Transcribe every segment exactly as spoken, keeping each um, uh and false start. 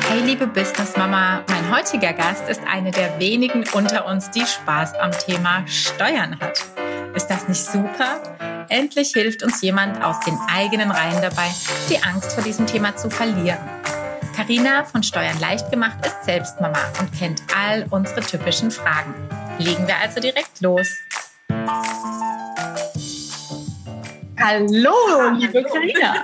Hey liebe Business Mama, mein heutiger Gast ist eine der wenigen unter uns, die Spaß am Thema Steuern hat. Ist das nicht super? Endlich hilft uns jemand aus den eigenen Reihen dabei, die Angst vor diesem Thema zu verlieren. Carina von Steuern leicht gemacht ist selbst Mama und kennt all unsere typischen Fragen. Legen wir also direkt los. Hallo, ah, liebe hallo. Carina.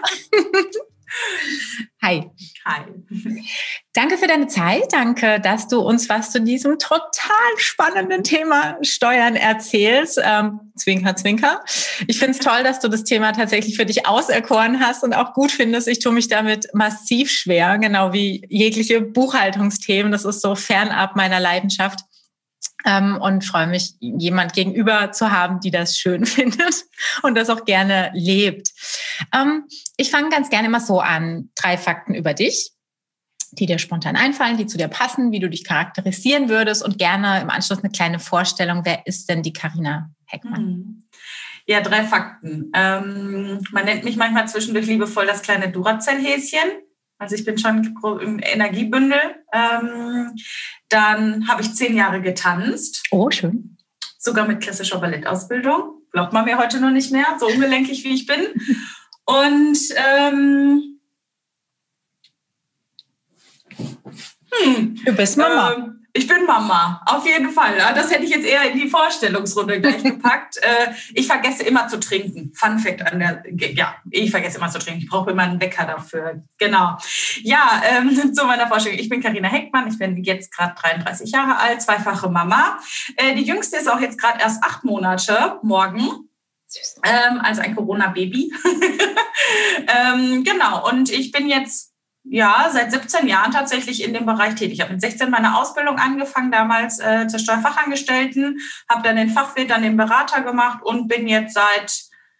Hi. Hi. Danke für deine Zeit. Danke, dass du uns was zu diesem total spannenden Thema Steuern erzählst. Ähm, zwinker, zwinker. Ich finde es toll, dass du das Thema tatsächlich für dich auserkoren hast und auch gut findest. Ich tue mich damit massiv schwer, genau wie jegliche Buchhaltungsthemen. Das ist so fernab meiner Leidenschaft. Ähm, und freue mich, jemand gegenüber zu haben, die das schön findet und das auch gerne lebt. Ähm, ich fange ganz gerne immer so an. Drei Fakten über dich, die dir spontan einfallen, die zu dir passen, wie du dich charakterisieren würdest und gerne im Anschluss eine kleine Vorstellung. Wer ist denn die Carina Heckmann? Ja, drei Fakten. Ähm, man nennt mich manchmal zwischendurch liebevoll das kleine Duracell-Häschen. Also ich bin schon im Energiebündel. Ähm, dann habe ich zehn Jahre getanzt. Oh, schön. Sogar mit klassischer Ballettausbildung. Glaubt man mir heute noch nicht mehr, so ungelenkig wie ich bin. Und ähm, hm, du bist Mama. Ähm, ich bin Mama, auf jeden Fall. Das hätte ich jetzt eher in die Vorstellungsrunde gleich gepackt. Ich vergesse immer zu trinken. Fun Fact an der, ja, ich vergesse immer zu trinken. Ich brauche immer einen Wecker dafür. Genau. Ja, ähm, zu meiner Vorstellung. Ich bin Carina Heckmann. Ich bin jetzt gerade dreiunddreißig Jahre alt, zweifache Mama. Die Jüngste ist auch jetzt gerade erst acht Monate, morgen. Ähm, also ein Corona-Baby. ähm, genau. Und ich bin jetzt Ja, seit siebzehn Jahren tatsächlich in dem Bereich tätig. Ich habe mit sechzehn meine Ausbildung angefangen, damals äh, zur Steuerfachangestellten, habe dann den Fachwirt, dann den Berater gemacht und bin jetzt seit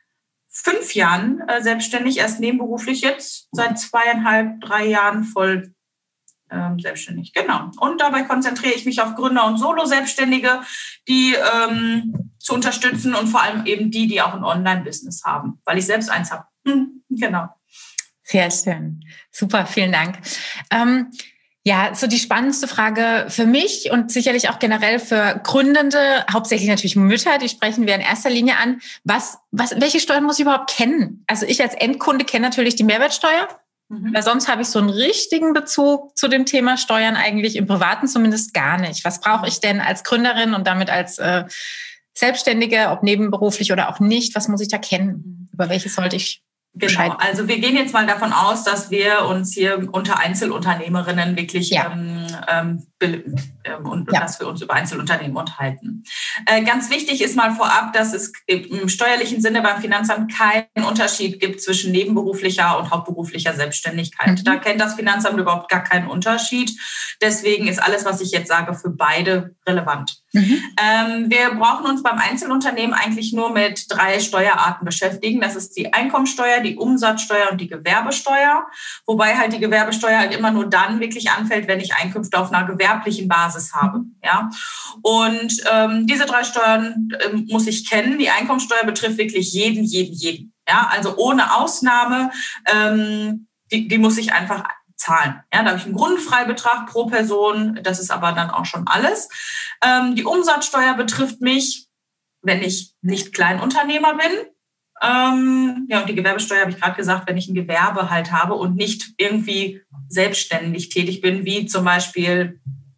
fünf Jahren äh, selbstständig, erst nebenberuflich jetzt, seit zweieinhalb, drei Jahren voll ähm, selbstständig. Genau. Und dabei konzentriere ich mich auf Gründer und Solo-Selbstständige, die ähm, zu unterstützen und vor allem eben die, die auch ein Online-Business haben, weil ich selbst eins habe. Hm, genau. Sehr schön. Super, vielen Dank. Ähm, ja, so die spannendste Frage für mich und sicherlich auch generell für Gründende, hauptsächlich natürlich Mütter, die sprechen wir in erster Linie an. Was, was, welche Steuern muss ich überhaupt kennen? Also ich als Endkunde kenne natürlich die Mehrwertsteuer, mhm. weil sonst habe ich so einen richtigen Bezug zu dem Thema Steuern eigentlich im Privaten zumindest gar nicht. Was brauche ich denn als Gründerin und damit als äh, Selbstständige, ob nebenberuflich oder auch nicht? Was muss ich da kennen? Über welches sollte ich Genau, also wir gehen jetzt mal davon aus, dass wir uns hier unter Einzelunternehmerinnen wirklich ja. ähm, ähm, ähm, und ja. dass wir uns über Einzelunternehmen unterhalten. Äh, ganz wichtig ist mal vorab, dass es im steuerlichen Sinne beim Finanzamt keinen Unterschied gibt zwischen nebenberuflicher und hauptberuflicher Selbstständigkeit. Mhm. Da kennt das Finanzamt überhaupt gar keinen Unterschied. Deswegen ist alles, was ich jetzt sage, für beide relevant. Mhm. Ähm, wir brauchen uns beim Einzelunternehmen eigentlich nur mit drei Steuerarten beschäftigen. Das ist die Einkommensteuer, die Umsatzsteuer und die Gewerbesteuer. Wobei halt die Gewerbesteuer halt immer nur dann wirklich anfällt, wenn ich Einkünfte auf einer gewerblichen Basis habe. Ja? Und ähm, diese drei Steuern ähm, muss ich kennen. Die Einkommensteuer betrifft wirklich jeden, jeden, jeden. Ja? Also ohne Ausnahme, ähm, die, die muss ich einfach zahlen. Ja, da habe ich einen Grundfreibetrag pro Person, das ist aber dann auch schon alles. Ähm, die Umsatzsteuer betrifft mich, wenn ich nicht Kleinunternehmer bin. Ähm, ja, und die Gewerbesteuer habe ich gerade gesagt, wenn ich ein Gewerbe halt habe und nicht irgendwie selbstständig tätig bin, wie zum Beispiel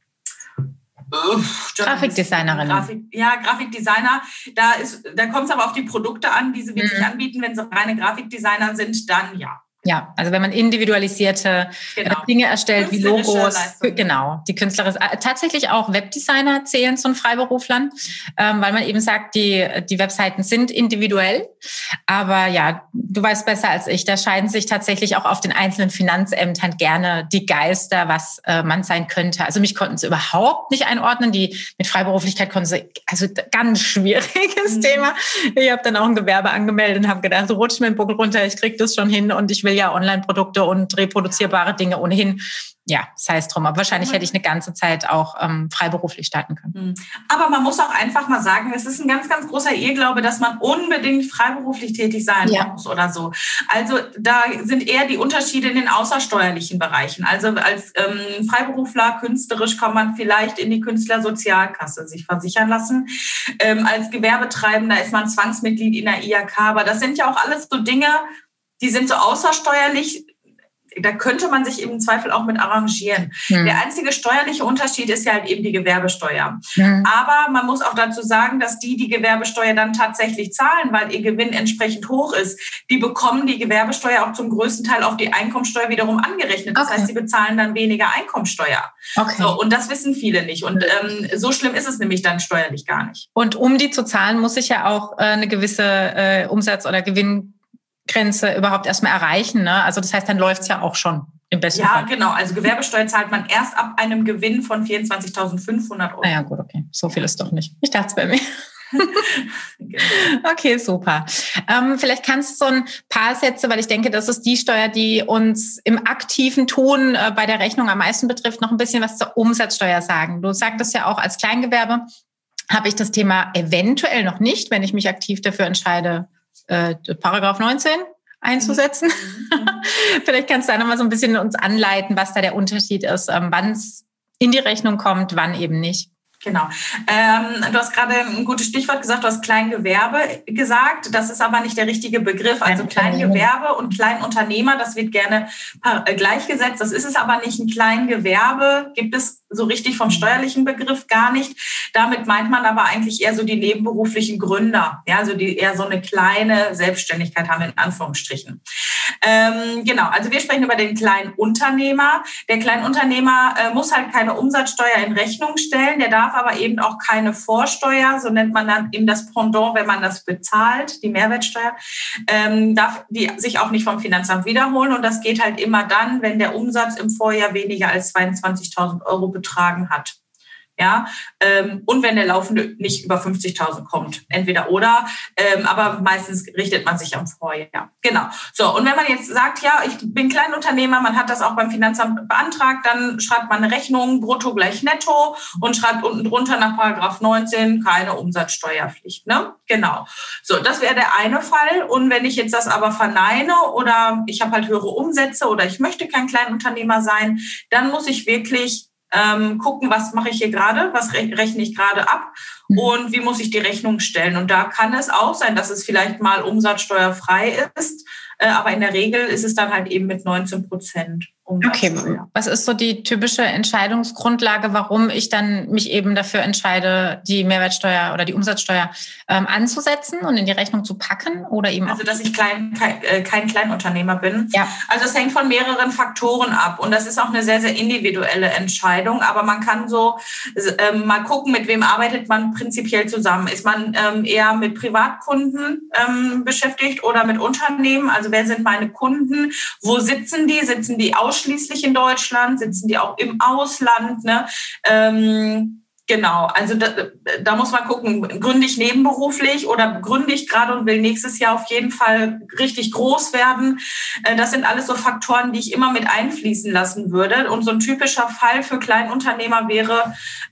Uh, Grafikdesignerin. Grafik, ja, Grafikdesigner. Da ist, da kommt es aber auf die Produkte an, die sie wirklich mhm. anbieten. Wenn sie reine Grafikdesigner sind, dann ja. Ja, also wenn man individualisierte genau. Dinge erstellt, wie Logos, Leistung. Genau, die künstlerische, tatsächlich auch Webdesigner zählen zu den Freiberuflern, ähm, weil man eben sagt, die, die Webseiten sind individuell, aber ja, du weißt besser als ich, da scheiden sich tatsächlich auch auf den einzelnen Finanzämtern gerne die Geister, was äh, man sein könnte. Also mich konnten sie überhaupt nicht einordnen, die mit Freiberuflichkeit konnten sie, also ganz schwieriges mhm. Thema. Ich habe dann auch ein Gewerbe angemeldet und habe gedacht, so rutscht mir den Buckel runter, ich krieg das schon hin und ich will ja Online-Produkte und reproduzierbare Dinge ohnehin. Ja, sei es drum. Aber wahrscheinlich hätte ich eine ganze Zeit auch ähm, freiberuflich starten können. Aber man muss auch einfach mal sagen, es ist ein ganz, ganz großer Irrglaube, dass man unbedingt freiberuflich tätig sein ja. muss oder so. Also da sind eher die Unterschiede in den außersteuerlichen Bereichen. Also als ähm, Freiberufler, künstlerisch kann man vielleicht in die Künstlersozialkasse sich versichern lassen. Ähm, als Gewerbetreibender ist man Zwangsmitglied in der I H K. Aber das sind ja auch alles so Dinge, die sind so außersteuerlich. Da könnte man sich im Zweifel auch mit arrangieren. Hm. Der einzige steuerliche Unterschied ist ja halt eben die Gewerbesteuer. Hm. Aber man muss auch dazu sagen, dass die die Gewerbesteuer dann tatsächlich zahlen, weil ihr Gewinn entsprechend hoch ist. Die bekommen die Gewerbesteuer auch zum größten Teil auf die Einkommensteuer wiederum angerechnet. Das okay. heißt, sie bezahlen dann weniger Einkommensteuer. Okay. So, und das wissen viele nicht. Und ähm, so schlimm ist es nämlich dann steuerlich gar nicht. Und um die zu zahlen, muss ich ja auch äh, eine gewisse äh, Umsatz- oder Gewinn Grenze überhaupt erstmal erreichen. Ne? Also das heißt, dann läuft es ja auch schon im besten ja, Fall. Ja, genau. Also Gewerbesteuer zahlt man erst ab einem Gewinn von vierundzwanzigtausendfünfhundert Euro. Ah ja, gut, okay. So viel ist doch nicht. Ich dachte es bei mir. Okay, super. Ähm, vielleicht kannst du so ein paar Sätze, weil ich denke, das ist die Steuer, die uns im aktiven Tun äh, bei der Rechnung am meisten betrifft, noch ein bisschen was zur Umsatzsteuer sagen. Du sagtest ja auch, als Kleingewerbe habe ich das Thema eventuell noch nicht, wenn ich mich aktiv dafür entscheide, Äh, Paragraph neunzehn einzusetzen. Mhm. Vielleicht kannst du da nochmal so ein bisschen uns anleiten, was da der Unterschied ist, ähm, wann es in die Rechnung kommt, wann eben nicht. Genau. Ähm, du hast gerade ein gutes Stichwort gesagt, du hast Kleingewerbe gesagt. Das ist aber nicht der richtige Begriff. Also Kleingewerbe und Kleinunternehmer, das wird gerne äh, gleichgesetzt. Das ist es aber nicht. Ein Kleingewerbe gibt es so richtig vom steuerlichen Begriff gar nicht. Damit meint man aber eigentlich eher so die nebenberuflichen Gründer, ja, also die eher so eine kleine Selbstständigkeit haben, in Anführungsstrichen. Ähm, genau, also wir sprechen über den Kleinunternehmer. Der Kleinunternehmer äh, muss halt keine Umsatzsteuer in Rechnung stellen, der darf aber eben auch keine Vorsteuer, so nennt man dann eben das Pendant, wenn man das bezahlt, die Mehrwertsteuer, ähm, darf die sich auch nicht vom Finanzamt wiederholen und das geht halt immer dann, wenn der Umsatz im Vorjahr weniger als zweiundzwanzigtausend Euro betragen hat. Ja, ähm, und wenn der laufende nicht über fünfzigtausend kommt, entweder oder, ähm, aber meistens richtet man sich am Vorjahr. Genau. So, und wenn man jetzt sagt, ja, ich bin Kleinunternehmer, man hat das auch beim Finanzamt beantragt, dann schreibt man eine Rechnung brutto gleich netto und schreibt unten drunter nach Paragraph neunzehn keine Umsatzsteuerpflicht. Ne? Genau. So, das wäre der eine Fall. Und wenn ich jetzt das aber verneine oder ich habe halt höhere Umsätze oder ich möchte kein Kleinunternehmer sein, dann muss ich wirklich Ähm, gucken, was mache ich hier gerade, was rechne ich gerade ab und wie muss ich die Rechnung stellen. Und da kann es auch sein, dass es vielleicht mal umsatzsteuerfrei ist, äh, aber in der Regel ist es dann halt eben mit neunzehn Prozent Umsatzsteuer. Okay, was ist so die typische Entscheidungsgrundlage, warum ich dann mich eben dafür entscheide, die Mehrwertsteuer oder die Umsatzsteuer ähm, anzusetzen und in die Rechnung zu packen oder eben Also, auch dass ich klein, kein, äh, kein Kleinunternehmer bin. Ja. Also, es hängt von mehreren Faktoren ab und das ist auch eine sehr, sehr individuelle Entscheidung, aber man kann so äh, mal gucken, mit wem arbeitet man prinzipiell zusammen. Ist man ähm, eher mit Privatkunden ähm, beschäftigt oder mit Unternehmen? Also, wer sind meine Kunden? Wo sitzen die? Sitzen die aus ausschließlich in Deutschland, sitzen die auch im Ausland, ne? Ähm, genau, also da, da muss man gucken, gründe ich nebenberuflich oder gründe ich gerade und will nächstes Jahr auf jeden Fall richtig groß werden. Äh, das sind alles so Faktoren, die ich immer mit einfließen lassen würde. Und so ein typischer Fall für Kleinunternehmer wäre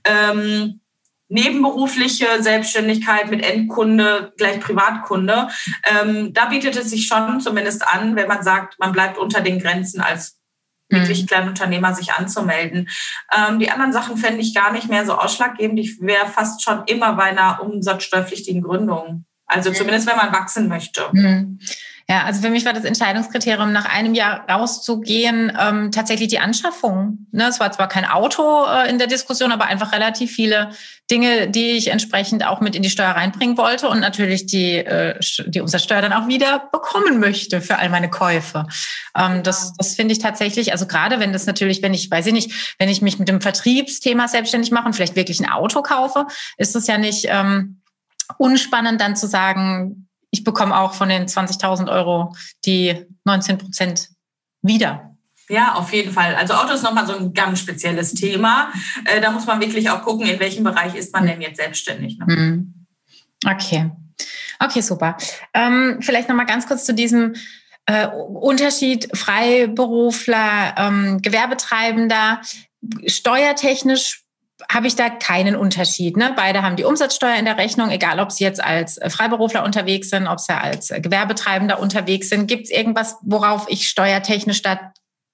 ähm, nebenberufliche Selbstständigkeit mit Endkunde gleich Privatkunde. Ähm, da bietet es sich schon zumindest an, wenn man sagt, man bleibt unter den Grenzen als wirklich Kleinunternehmer sich anzumelden. Ähm, die anderen Sachen fände ich gar nicht mehr so ausschlaggebend. Ich wäre fast schon immer bei einer umsatzsteuerpflichtigen Gründung. Also zumindest, wenn man wachsen möchte. Mhm. Ja, also für mich war das Entscheidungskriterium, nach einem Jahr rauszugehen, ähm, tatsächlich die Anschaffung. Ne, es war zwar kein Auto äh, in der Diskussion, aber einfach relativ viele Dinge, die ich entsprechend auch mit in die Steuer reinbringen wollte und natürlich die, äh, die Umsatzsteuer dann auch wieder bekommen möchte für all meine Käufe. Ähm, das das finde ich tatsächlich, also gerade wenn das natürlich, wenn ich, weiß ich nicht, wenn ich mich mit dem Vertriebsthema selbstständig mache und vielleicht wirklich ein Auto kaufe, ist es ja nicht ähm, unspannend dann zu sagen, ich bekomme auch von den zwanzigtausend Euro die neunzehn Prozent wieder. Ja, auf jeden Fall. Also Auto ist nochmal so ein ganz spezielles Thema. Äh, da muss man wirklich auch gucken, in welchem Bereich ist man denn jetzt selbstständig. Ne? Okay. Okay, super. Ähm, vielleicht nochmal ganz kurz zu diesem Äh, Unterschied Freiberufler, ähm, Gewerbetreibender, steuertechnisch habe ich da keinen Unterschied. Ne? Beide haben die Umsatzsteuer in der Rechnung, egal ob sie jetzt als Freiberufler unterwegs sind, ob sie als Gewerbetreibender unterwegs sind. Gibt es irgendwas, worauf ich steuertechnisch da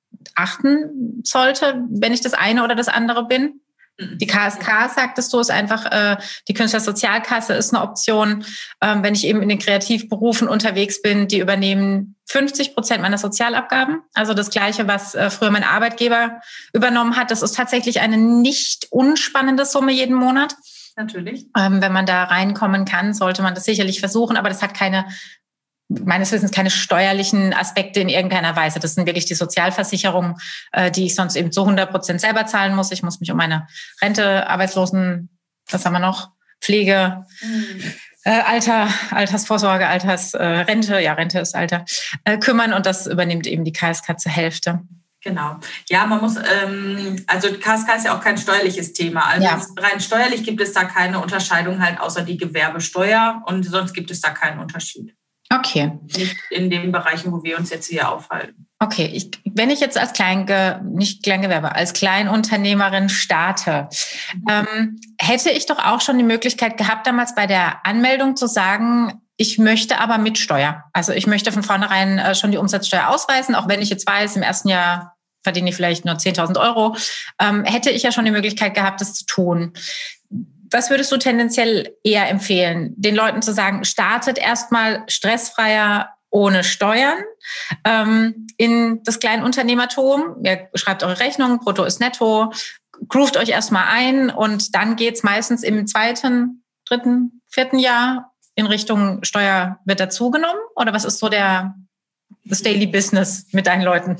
achten sollte, wenn ich das eine oder das andere bin? Die K S K, sagtest du, ist einfach, äh, die Künstlersozialkasse ist eine Option. Ähm, wenn ich eben in den Kreativberufen unterwegs bin, die übernehmen fünfzig Prozent meiner Sozialabgaben. Also das Gleiche, was äh, früher mein Arbeitgeber übernommen hat. Das ist tatsächlich eine nicht unspannende Summe jeden Monat. Natürlich. Ähm, wenn man da reinkommen kann, sollte man das sicherlich versuchen. Aber das hat keine, meines Wissens, keine steuerlichen Aspekte in irgendeiner Weise. Das sind wirklich die Sozialversicherungen, äh, die ich sonst eben zu hundert Prozent selber zahlen muss. Ich muss mich um meine Rente, Arbeitslosen, was haben wir noch, Pflege, mhm. äh, Alter, Altersvorsorge, Altersrente, äh, ja, Rente ist Alter, äh, kümmern. Und das übernimmt eben die K S K zur Hälfte. Genau. Ja, man muss, ähm, also K S K ist ja auch kein steuerliches Thema. Also ja. rein steuerlich gibt es da keine Unterscheidung halt außer die Gewerbesteuer und sonst gibt es da keinen Unterschied. Okay. Nicht in den Bereichen, wo wir uns jetzt hier aufhalten. Okay, ich, wenn ich jetzt als Kleinge, nicht Kleingewerbe, als Kleinunternehmerin starte, mhm. ähm, hätte ich doch auch schon die Möglichkeit gehabt, damals bei der Anmeldung zu sagen, ich möchte aber mit Steuer. Also ich möchte von vornherein äh, schon die Umsatzsteuer ausweisen, auch wenn ich jetzt weiß, im ersten Jahr verdiene ich vielleicht nur zehntausend Euro, ähm, hätte ich ja schon die Möglichkeit gehabt, das zu tun. Was würdest du tendenziell eher empfehlen, den Leuten zu sagen, startet erstmal stressfreier ohne Steuern ähm, in das Kleinunternehmertum? Ihr schreibt eure Rechnung, brutto ist netto, groovt euch erstmal ein und dann geht's meistens im zweiten, dritten, vierten Jahr in Richtung Steuer wird dazugenommen? Oder was ist so der das Daily Business mit deinen Leuten?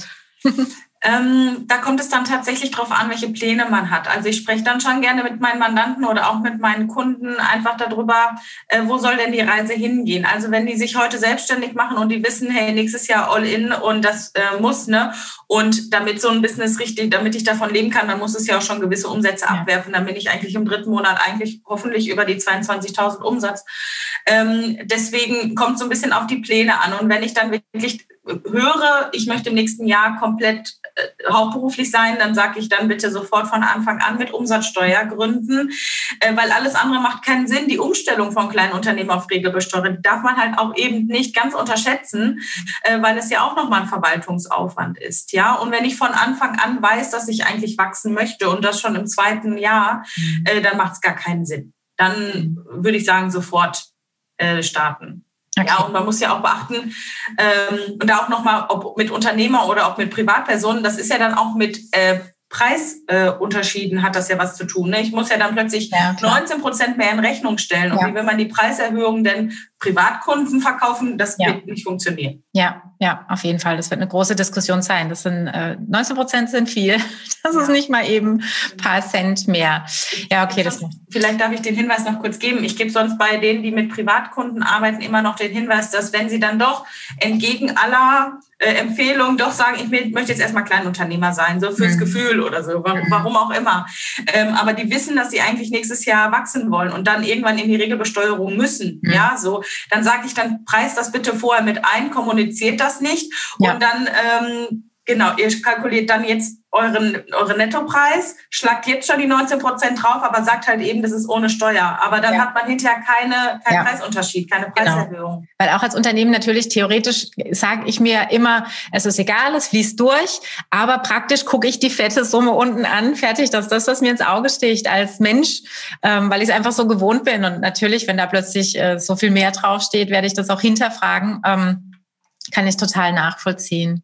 Ähm, da kommt es dann tatsächlich drauf an, welche Pläne man hat. Also ich spreche dann schon gerne mit meinen Mandanten oder auch mit meinen Kunden einfach darüber, äh, wo soll denn die Reise hingehen? Also wenn die sich heute selbstständig machen und die wissen, hey, nächstes Jahr all in und das äh, muss, ne? Und damit so ein Business richtig, damit ich davon leben kann, dann muss es ja auch schon gewisse Umsätze ja. abwerfen. Dann bin ich eigentlich im dritten Monat eigentlich hoffentlich über die zweiundzwanzigtausend Umsatz. Ähm, deswegen kommt so ein bisschen auf die Pläne an. Und wenn ich dann wirklich höre, ich möchte im nächsten Jahr komplett äh, hauptberuflich sein, dann sage ich dann bitte sofort von Anfang an mit Umsatzsteuer gründen, äh, weil alles andere macht keinen Sinn. Die Umstellung von kleinen Unternehmen auf Regelbesteuerung darf man halt auch eben nicht ganz unterschätzen, äh, weil es ja auch nochmal ein Verwaltungsaufwand ist. Ja? Und wenn ich von Anfang an weiß, dass ich eigentlich wachsen möchte und das schon im zweiten Jahr, äh, dann macht es gar keinen Sinn. Dann würde ich sagen, sofort äh, starten. Okay. Ja, und man muss ja auch beachten, ähm, und da auch nochmal, ob mit Unternehmer oder ob mit Privatpersonen, das ist ja dann auch mit äh, Preisunterschieden äh, hat das ja was zu tun. Ne? Ich muss ja dann plötzlich ja, neunzehn Prozent mehr in Rechnung stellen. Und ja. wie will man die Preiserhöhung denn Privatkunden verkaufen? Das ja. wird nicht funktionieren. Ja, ja, auf jeden Fall. Das wird eine große Diskussion sein. Das sind äh, neunzehn Prozent sind viel. Das ja. ist nicht mal eben ein paar Cent mehr. Ja, okay. Das Vielleicht darf ich den Hinweis noch kurz geben. Ich gebe sonst bei denen, die mit Privatkunden arbeiten, immer noch den Hinweis, dass wenn sie dann doch entgegen aller äh, Empfehlungen doch sagen, ich möchte jetzt erstmal Kleinunternehmer sein, so fürs mhm. Gefühl oder so, warum, warum auch immer. Ähm, aber die wissen, dass sie eigentlich nächstes Jahr wachsen wollen und dann irgendwann in die Regelbesteuerung müssen. Mhm. Ja, so. Dann sage ich, dann preist das bitte vorher mit ein, kommuniziert das nicht ja. und dann, ähm, genau, ihr kalkuliert dann jetzt euren, euren Nettopreis, schlagt jetzt schon die neunzehn Prozent drauf, aber sagt halt eben, das ist ohne Steuer. Aber dann ja. hat man hinterher keine, keinen ja. Preisunterschied, keine Preiserhöhung. Genau. Weil auch als Unternehmen natürlich theoretisch sage ich mir immer, es ist egal, es fließt durch, aber praktisch gucke ich die fette Summe unten an, fertig, das ist das, was mir ins Auge sticht als Mensch, ähm, weil ich es einfach so gewohnt bin. Und natürlich, wenn da plötzlich äh, so viel mehr draufsteht, werde ich das auch hinterfragen, ähm, kann ich total nachvollziehen.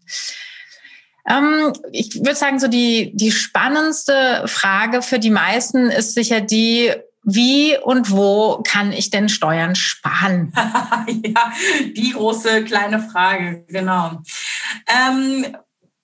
Ich würde sagen, so die, die spannendste Frage für die meisten ist sicher die, wie und wo kann ich denn Steuern sparen? Ja, die große kleine Frage, genau. Ähm,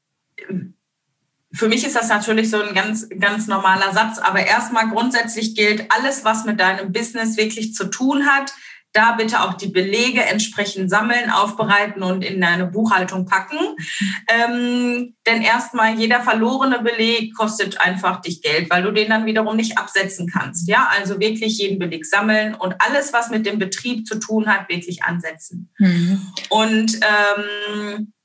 für mich ist das natürlich so ein ganz, ganz normaler Satz, aber erstmal grundsätzlich gilt, alles, was mit deinem Business wirklich zu tun hat, da bitte auch die Belege entsprechend sammeln, aufbereiten und in eine Buchhaltung packen. Ähm, denn erstmal jeder verlorene Beleg kostet einfach dich Geld, weil du den dann wiederum nicht absetzen kannst. Ja, also wirklich jeden Beleg sammeln und alles, was mit dem Betrieb zu tun hat, wirklich ansetzen. Mhm. Und ähm,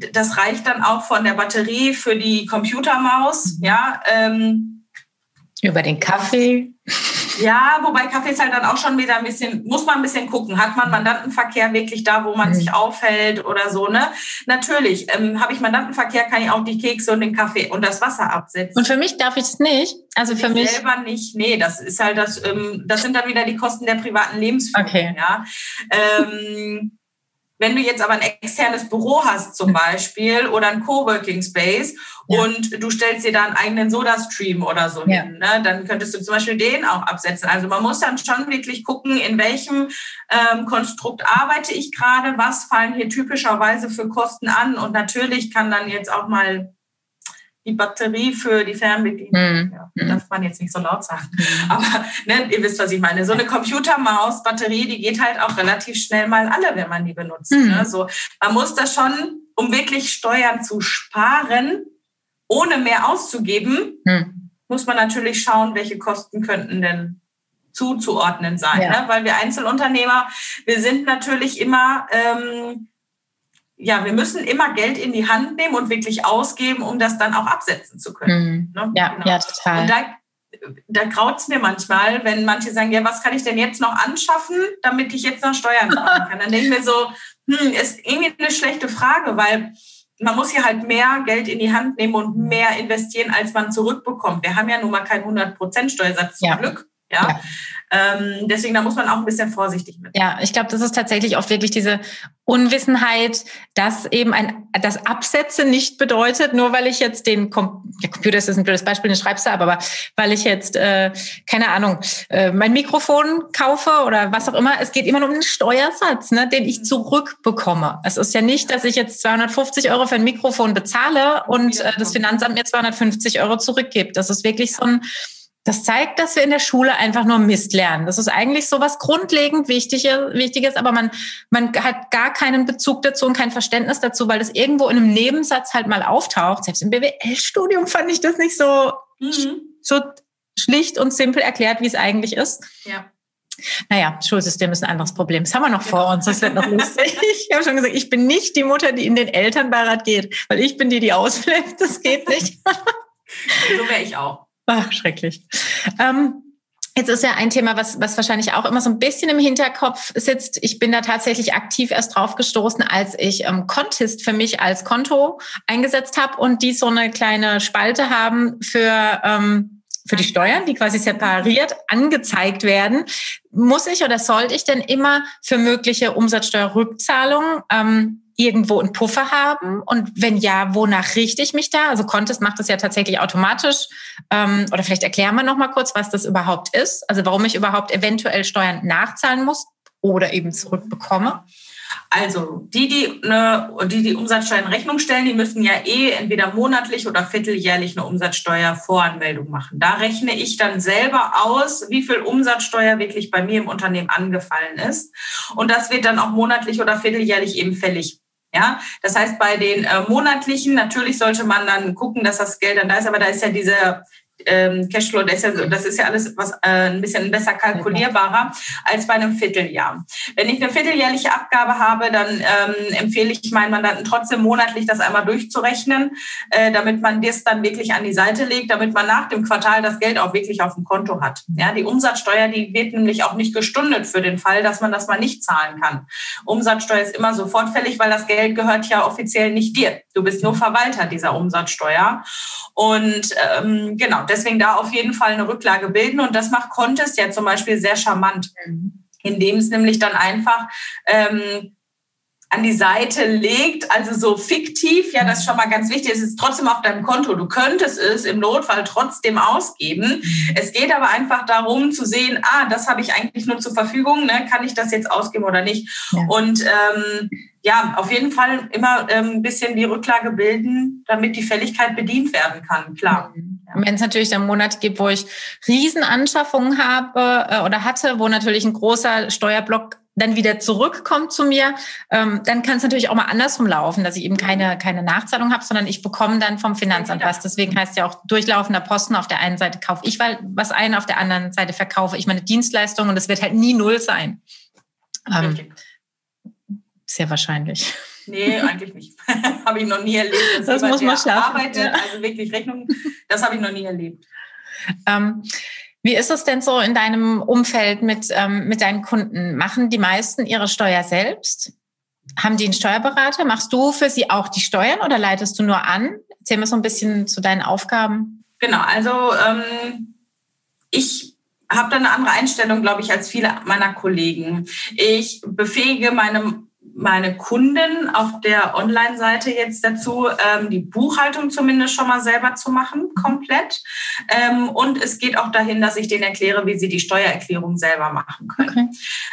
das reicht dann auch von der Batterie für die Computermaus, ja. Ähm, Über den Kaffee. Ja, wobei Kaffee ist halt dann auch schon wieder ein bisschen, muss man ein bisschen gucken. Hat man Mandantenverkehr wirklich da, wo man mhm. sich aufhält oder so, ne? Natürlich, ähm, habe ich Mandantenverkehr, kann ich auch die Kekse und den Kaffee und das Wasser absetzen. Und für mich darf ich es nicht? Also für ich mich selber nicht. Nee, das ist halt das, ähm, das sind dann wieder die Kosten der privaten Lebensführung, okay. ja. Ähm, Wenn du jetzt aber ein externes Büro hast zum Beispiel oder ein Coworking Space ja. und du stellst dir da einen eigenen Soda-Stream oder so ja. hin, ne, dann könntest du zum Beispiel den auch absetzen. Also man muss dann schon wirklich gucken, in welchem ähm, Konstrukt arbeite ich gerade, was fallen hier typischerweise für Kosten an und natürlich kann dann jetzt auch mal die Batterie für die Fernbedienung, mhm. ja, darf man jetzt nicht so laut sagen, mhm. aber ne, ihr wisst, was ich meine. So eine Computermaus, Batterie, die geht halt auch relativ schnell mal alle, wenn man die benutzt. Mhm. Ne? So, man muss das schon, um wirklich Steuern zu sparen, ohne mehr auszugeben, mhm. muss man natürlich schauen, welche Kosten könnten denn zuzuordnen sein. Ja. Ne? Weil wir Einzelunternehmer, wir sind natürlich immer... Ähm, Ja, wir müssen immer Geld in die Hand nehmen und wirklich ausgeben, um das dann auch absetzen zu können. Mhm. Ne? Ja, genau. ja, total. Und da, da graut's mir manchmal, wenn manche sagen, ja, was kann ich denn jetzt noch anschaffen, damit ich jetzt noch Steuern sparen kann? Dann denke ich mir so, hm, ist irgendwie eine schlechte Frage, weil man muss hier halt mehr Geld in die Hand nehmen und mehr investieren, als man zurückbekommt. Wir haben ja nun mal keinen hundert Prozent Steuersatz zum ja. Glück. Ja. ja. Ähm, deswegen, da muss man auch ein bisschen vorsichtig mit. Ja, ich glaube, das ist tatsächlich oft wirklich diese Unwissenheit, dass eben ein, das Absetzen nicht bedeutet, nur weil ich jetzt den Com- ja, Computer ist ein blödes Beispiel, den schreibst du ab, aber weil ich jetzt, äh, keine Ahnung, äh, mein Mikrofon kaufe oder was auch immer, es geht immer nur um den Steuersatz, ne, den ich zurückbekomme. Es ist ja nicht, dass ich jetzt zweihundertfünfzig Euro für ein Mikrofon bezahle und äh, das Finanzamt mir zweihundertfünfzig Euro zurückgibt. Das ist wirklich so ein Das zeigt, dass wir in der Schule einfach nur Mist lernen. Das ist eigentlich so was grundlegend Wichtiges, Wichtiges, aber man, man hat gar keinen Bezug dazu und kein Verständnis dazu, weil das irgendwo in einem Nebensatz halt mal auftaucht. Selbst im B W L-Studium fand ich das nicht so, mhm. so schlicht und simpel erklärt, wie es eigentlich ist. Ja. Naja, Schulsystem ist ein anderes Problem. Das haben wir noch vor uns. Das wird noch lustig. Ich habe schon gesagt, ich bin nicht die Mutter, die in den Elternbeirat geht, weil ich bin die, die ausflippt. Das geht nicht. So wäre ich auch. Ach, schrecklich. Ähm, jetzt ist ja ein Thema, was, was wahrscheinlich auch immer so ein bisschen im Hinterkopf sitzt. Ich bin da tatsächlich aktiv erst drauf gestoßen, als ich ähm, Contist für mich als Konto eingesetzt habe und die so eine kleine Spalte haben für, ähm, für die Steuern, die quasi separiert angezeigt werden. Muss ich oder sollte ich denn immer für mögliche Umsatzsteuerrückzahlungen ähm, irgendwo einen Puffer haben? Und wenn ja, wonach richte ich mich da? Also Contist macht das ja tatsächlich automatisch. Ähm, oder vielleicht erklären wir noch mal kurz, was das überhaupt ist. Also warum ich überhaupt eventuell Steuern nachzahlen muss oder eben zurückbekomme. Also die, die, eine, die die Umsatzsteuer in Rechnung stellen, die müssen ja eh entweder monatlich oder vierteljährlich eine Umsatzsteuervoranmeldung machen. Da rechne ich dann selber aus, wie viel Umsatzsteuer wirklich bei mir im Unternehmen angefallen ist. Und das wird dann auch monatlich oder vierteljährlich eben fällig. Ja, das heißt, bei den äh, monatlichen, natürlich sollte man dann gucken, dass das Geld dann da ist, aber da ist ja diese ähm, Cashflow, das ist, ja, das ist ja alles was äh, ein bisschen besser kalkulierbarer als bei einem Vierteljahr. Wenn ich eine vierteljährliche Abgabe habe, dann ähm, empfehle ich meinen Mandanten trotzdem monatlich das einmal durchzurechnen, äh, damit man das dann wirklich an die Seite legt, damit man nach dem Quartal das Geld auch wirklich auf dem Konto hat. Ja, die Umsatzsteuer, die wird nämlich auch nicht gestundet für den Fall, dass man das mal nicht zahlen kann. Umsatzsteuer ist immer sofort fällig, weil das Geld gehört ja offiziell nicht dir. Du bist nur Verwalter dieser Umsatzsteuer. Und ähm, genau, deswegen da auf jeden Fall eine Rücklage bilden. Und das macht Contist ja zum Beispiel sehr charmant, indem es nämlich dann einfach ähm, an die Seite legt, also so fiktiv, ja, das ist schon mal ganz wichtig, es ist trotzdem auf deinem Konto, du könntest es im Notfall trotzdem ausgeben. Es geht aber einfach darum zu sehen, ah, das habe ich eigentlich nur zur Verfügung, ne? Kann ich das jetzt ausgeben oder nicht? Ja. Und ähm, ja, auf jeden Fall immer ähm, ein bisschen die Rücklage bilden, damit die Fälligkeit bedient werden kann, klar. Ja. Wenn es natürlich dann Monate gibt, wo ich Riesenanschaffungen habe äh, oder hatte, wo natürlich ein großer Steuerblock dann wieder zurückkommt zu mir, ähm, dann kann es natürlich auch mal andersrum laufen, dass ich eben keine keine Nachzahlung habe, sondern ich bekomme dann vom Finanzamt was. Deswegen heißt ja auch durchlaufender Posten. Auf der einen Seite kaufe ich was ein, auf der anderen Seite verkaufe ich meine Dienstleistung und es wird halt nie null sein. Ähm, sehr wahrscheinlich. Nee, eigentlich nicht. Habe ich noch nie erlebt. Dass das jemand, muss man schaffen. Arbeitet, ja. Also wirklich Rechnung, das habe ich noch nie erlebt. Ähm, wie ist es denn so in deinem Umfeld mit, ähm, mit deinen Kunden? Machen die meisten ihre Steuer selbst? Haben die einen Steuerberater? Machst du für sie auch die Steuern oder leitest du nur an? Erzähl mir so ein bisschen zu deinen Aufgaben. Genau, also ähm, ich habe da eine andere Einstellung, glaube ich, als viele meiner Kollegen. Ich befähige meine meine Kunden auf der Online-Seite jetzt dazu, ähm, die Buchhaltung zumindest schon mal selber zu machen, komplett. Ähm, und es geht auch dahin, dass ich denen erkläre, wie sie die Steuererklärung selber machen können. Okay.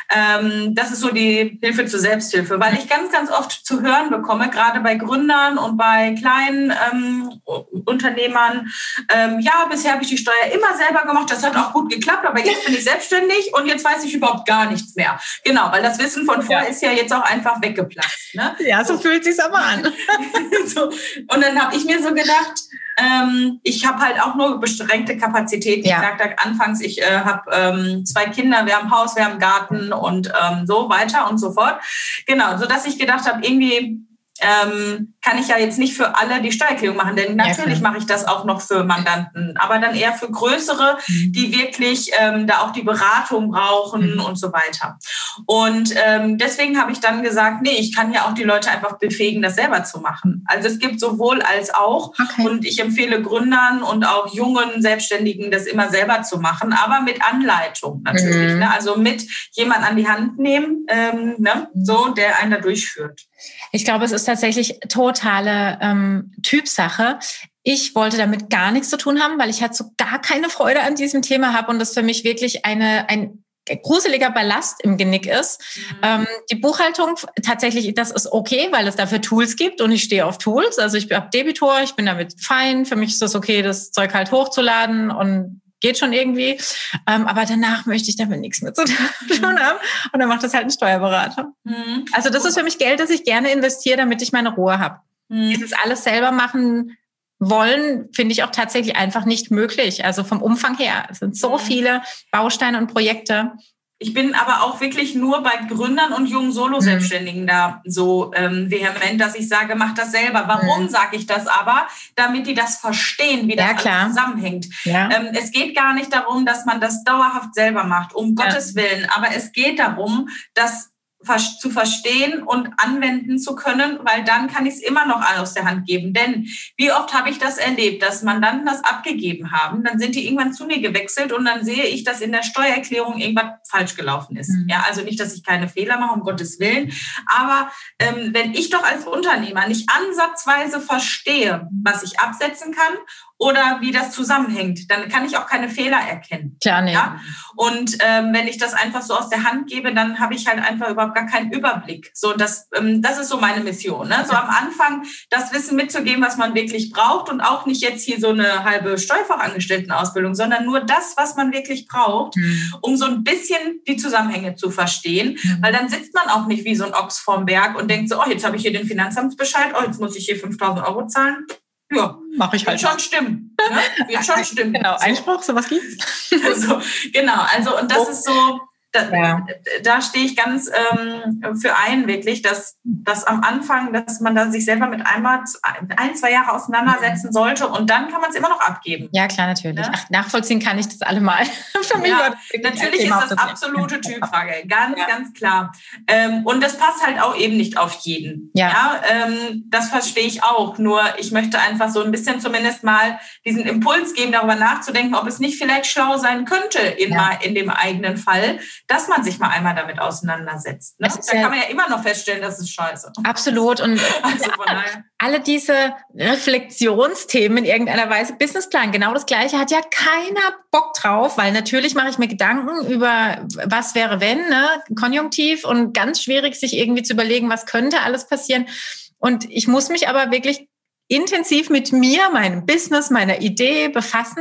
Ähm, das ist so die Hilfe zur Selbsthilfe, weil ich ganz, ganz oft zu hören bekomme, gerade bei Gründern und bei kleinen ähm, Unternehmern, ähm, ja, bisher habe ich die Steuer immer selber gemacht, das hat auch gut geklappt, aber jetzt bin ich selbstständig und jetzt weiß ich überhaupt gar nichts mehr. Genau, weil das Wissen von vorher ja. ist ja jetzt auch einfach weggeplatzt. Ne? Ja, so, so fühlt sich's aber an. so. Und dann habe ich mir so gedacht, ähm, ich habe halt auch nur beschränkte Kapazitäten. Ja. Ich sagte anfangs, ich äh, habe ähm, zwei Kinder, wir haben Haus, wir haben Garten und ähm, so weiter und so fort. Genau, sodass ich gedacht habe, irgendwie ähm, kann ich ja jetzt nicht für alle die Steuererklärung machen, denn natürlich ja, mache ich das auch noch für Mandanten, aber dann eher für größere, die wirklich ähm, da auch die Beratung brauchen mhm. und so weiter. Und ähm, deswegen habe ich dann gesagt, nee, ich kann ja auch die Leute einfach befähigen, das selber zu machen. Also es gibt sowohl als auch okay. und ich empfehle Gründern und auch jungen Selbstständigen, das immer selber zu machen, aber mit Anleitung natürlich. Mhm. Ne? Also mit jemand an die Hand nehmen, ähm, ne? so, der einen da durchführt. Ich glaube, es ist tatsächlich totale ähm, Typsache. Ich wollte damit gar nichts zu tun haben, weil ich halt so gar keine Freude an diesem Thema habe und das für mich wirklich eine ein gruseliger Ballast im Genick ist. Mhm. Ähm, die Buchhaltung tatsächlich, das ist okay, weil es dafür Tools gibt und ich stehe auf Tools. Also ich habe Debitor, ich bin damit fein. Für mich ist es okay, das Zeug halt hochzuladen und geht schon irgendwie. Ähm, aber danach möchte ich damit nichts mehr zu tun haben. Und dann macht das halt ein Steuerberater. Mhm. Also das ist für mich Geld, das ich gerne investiere, damit ich meine Ruhe habe. Mhm. Dieses alles selber machen wollen, finde ich auch tatsächlich einfach nicht möglich. Also vom Umfang her. Es sind so mhm. viele Bausteine und Projekte. Ich bin aber auch wirklich nur bei Gründern und jungen Solo-Selbstständigen mhm. da so ähm, vehement, dass ich sage, mach das selber. Warum mhm. sage ich das aber? Damit die das verstehen, wie das ja, alles zusammenhängt. Ja. Ähm, es geht gar nicht darum, dass man das dauerhaft selber macht, um ja. Gottes Willen. Aber es geht darum, dass zu verstehen und anwenden zu können, weil dann kann ich es immer noch aus der Hand geben. Denn wie oft habe ich das erlebt, dass Mandanten das abgegeben haben, dann sind die irgendwann zu mir gewechselt und dann sehe ich, dass in der Steuererklärung irgendwas falsch gelaufen ist. Mhm. Ja, also nicht, dass ich keine Fehler mache, um Gottes Willen, aber ähm, wenn ich doch als Unternehmer nicht ansatzweise verstehe, was ich absetzen kann oder wie das zusammenhängt, dann kann ich auch keine Fehler erkennen. Klar, nee. Ja? Und ähm, wenn ich das einfach so aus der Hand gebe, dann habe ich halt einfach überhaupt gar keinen Überblick. So, das, ähm, das ist so meine Mission. Ne? So am Anfang das Wissen mitzugeben, was man wirklich braucht und auch nicht jetzt hier so eine halbe Steuerfachangestelltenausbildung, sondern nur das, was man wirklich braucht, mhm. um so ein bisschen die Zusammenhänge zu verstehen. Mhm. Weil dann sitzt man auch nicht wie so ein Ochs vorm Berg und denkt so, oh, jetzt habe ich hier den Finanzamtsbescheid, oh, jetzt muss ich hier fünftausend Euro zahlen. Ja, mache ich halt. Wird schon stimmen. Ne? Wird schon stimmen. Genau, so. Einspruch, sowas gibt's. Also, genau, also und das oh. ist so, da, ja. da stehe ich ganz ähm, für ein wirklich, dass, dass am Anfang, dass man da sich selber mit einmal ein, zwei Jahre auseinandersetzen sollte und dann kann man es immer noch abgeben. Ja, klar, natürlich. Ja? Ach, nachvollziehen kann ich das allemal. Für mich ja, natürlich ist das, das absolute Typfrage, ganz, ja. ganz klar. Ähm, und das passt halt auch eben nicht auf jeden. Ja. ja ähm, das verstehe ich auch. Nur ich möchte einfach so ein bisschen zumindest mal diesen Impuls geben, darüber nachzudenken, ob es nicht vielleicht schlau sein könnte in, ja. mal, in dem eigenen Fall, dass man sich mal einmal damit auseinandersetzt. Ne? Da ja kann man ja immer noch feststellen, das ist scheiße. Absolut. Und also alle diese Reflexionsthemen in irgendeiner Weise, Businessplan, genau das Gleiche, hat ja keiner Bock drauf, weil natürlich mache ich mir Gedanken über, was wäre wenn, ne? Konjunktiv und ganz schwierig, sich irgendwie zu überlegen, was könnte alles passieren. Und ich muss mich aber wirklich intensiv mit mir, meinem Business, meiner Idee befassen.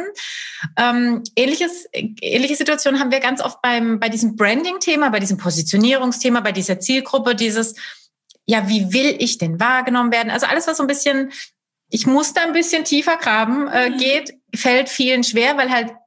Ähm, ähnliches, ähnliche Situation haben wir ganz oft beim, bei diesem Branding-Thema, bei diesem Positionierungsthema, bei dieser Zielgruppe, dieses, ja, wie will ich denn wahrgenommen werden? Also alles, was so ein bisschen, ich muss da ein bisschen tiefer graben, äh, geht, fällt vielen schwer, weil halt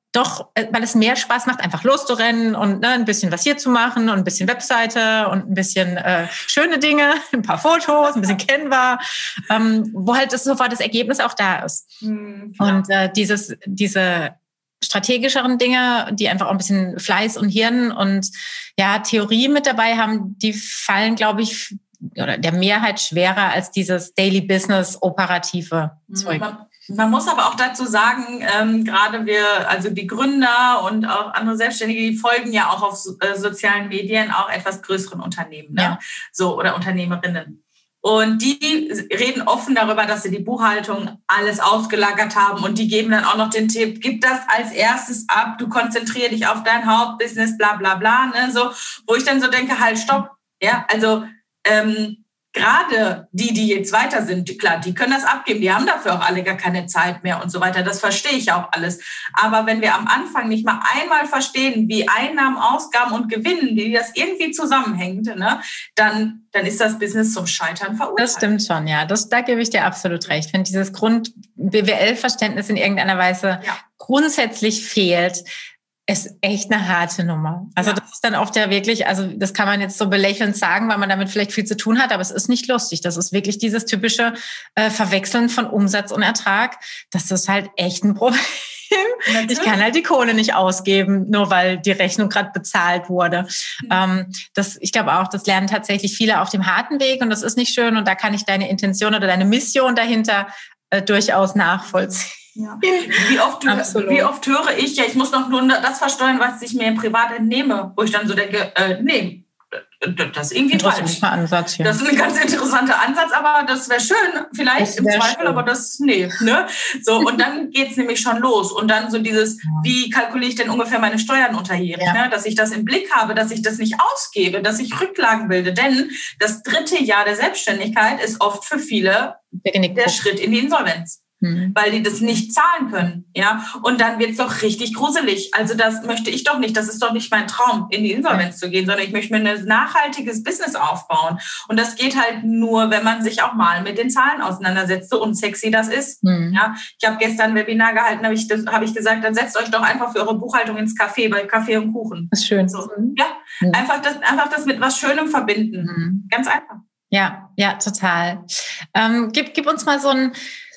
doch, weil es mehr Spaß macht, einfach loszurennen und ne, ein bisschen was hier zu machen und ein bisschen Webseite und ein bisschen äh, schöne Dinge, ein paar Fotos, ein bisschen Canva, ähm, wo halt das sofort das Ergebnis auch da ist. Mhm, und äh, dieses, diese strategischeren Dinge, die einfach auch ein bisschen Fleiß und Hirn und ja Theorie mit dabei haben, die fallen, glaube ich, oder der Mehrheit schwerer als dieses Daily Business operative Zeug. Man, man muss aber auch dazu sagen, ähm, gerade wir, also die Gründer und auch andere Selbstständige, die folgen ja auch auf so, äh, sozialen Medien auch etwas größeren Unternehmen, ne? Ja. So, oder Unternehmerinnen. Und die reden offen darüber, dass sie die Buchhaltung alles ausgelagert haben und die geben dann auch noch den Tipp, gib das als erstes ab, du konzentrier dich auf dein Hauptbusiness, bla bla bla, ne? So, wo ich dann so denke, halt, stopp, ja, also ähm, gerade die, die jetzt weiter sind, die, klar, die können das abgeben, die haben dafür auch alle gar keine Zeit mehr und so weiter, das verstehe ich auch alles. Aber wenn wir am Anfang nicht mal einmal verstehen, wie Einnahmen, Ausgaben und Gewinn, wie das irgendwie zusammenhängt, ne, dann, dann ist das Business zum Scheitern verurteilt. Das stimmt schon, ja, das, da gebe ich dir absolut recht. Wenn dieses Grund-B W L-Verständnis in irgendeiner Weise ja. grundsätzlich fehlt, ist echt eine harte Nummer. Also ja. das ist dann oft ja wirklich, also das kann man jetzt so belächelnd sagen, weil man damit vielleicht viel zu tun hat, aber es ist nicht lustig. Das ist wirklich dieses typische äh, Verwechseln von Umsatz und Ertrag. Das ist halt echt ein Problem. Natürlich. Ich kann halt die Kohle nicht ausgeben, nur weil die Rechnung gerade bezahlt wurde. Mhm. Ähm, das, ich glaube auch, das lernen tatsächlich viele auf dem harten Weg und das ist nicht schön und da kann ich deine Intention oder deine Mission dahinter äh, durchaus nachvollziehen. Ja. Wie oft, wie oft höre ich, ja, ich muss noch nur das versteuern, was ich mir privat entnehme, wo ich dann so denke, äh, nee, das ist irgendwie falsch. Ansatz, ja. Das ist ein ganz interessanter Ansatz, aber das wäre schön, vielleicht im Zweifel, schön. Aber das, nee, ne? So, und dann geht's nämlich schon los. Und dann so dieses, wie kalkuliere ich denn ungefähr meine Steuern unterjährig, ja. ne? Dass ich das im Blick habe, dass ich das nicht ausgebe, dass ich Rücklagen bilde. Denn das dritte Jahr der Selbstständigkeit ist oft für viele der, der Schritt in die Insolvenz. Hm. Weil die das nicht zahlen können, ja. Und dann wird's doch richtig gruselig. Also das möchte ich doch nicht. Das ist doch nicht mein Traum, in die Insolvenz zu gehen, sondern ich möchte mir ein nachhaltiges Business aufbauen. Und das geht halt nur, wenn man sich auch mal mit den Zahlen auseinandersetzt, so unsexy das ist. Hm. Ja. Ich habe gestern ein Webinar gehalten, habe ich, hab ich gesagt, dann setzt euch doch einfach für eure Buchhaltung ins Café, bei Kaffee und Kuchen. Das ist schön. So, ja, hm. einfach, das, einfach das mit was Schönem verbinden. Hm. Ganz einfach. Ja, ja, total. Ähm, gib, gib uns mal so ein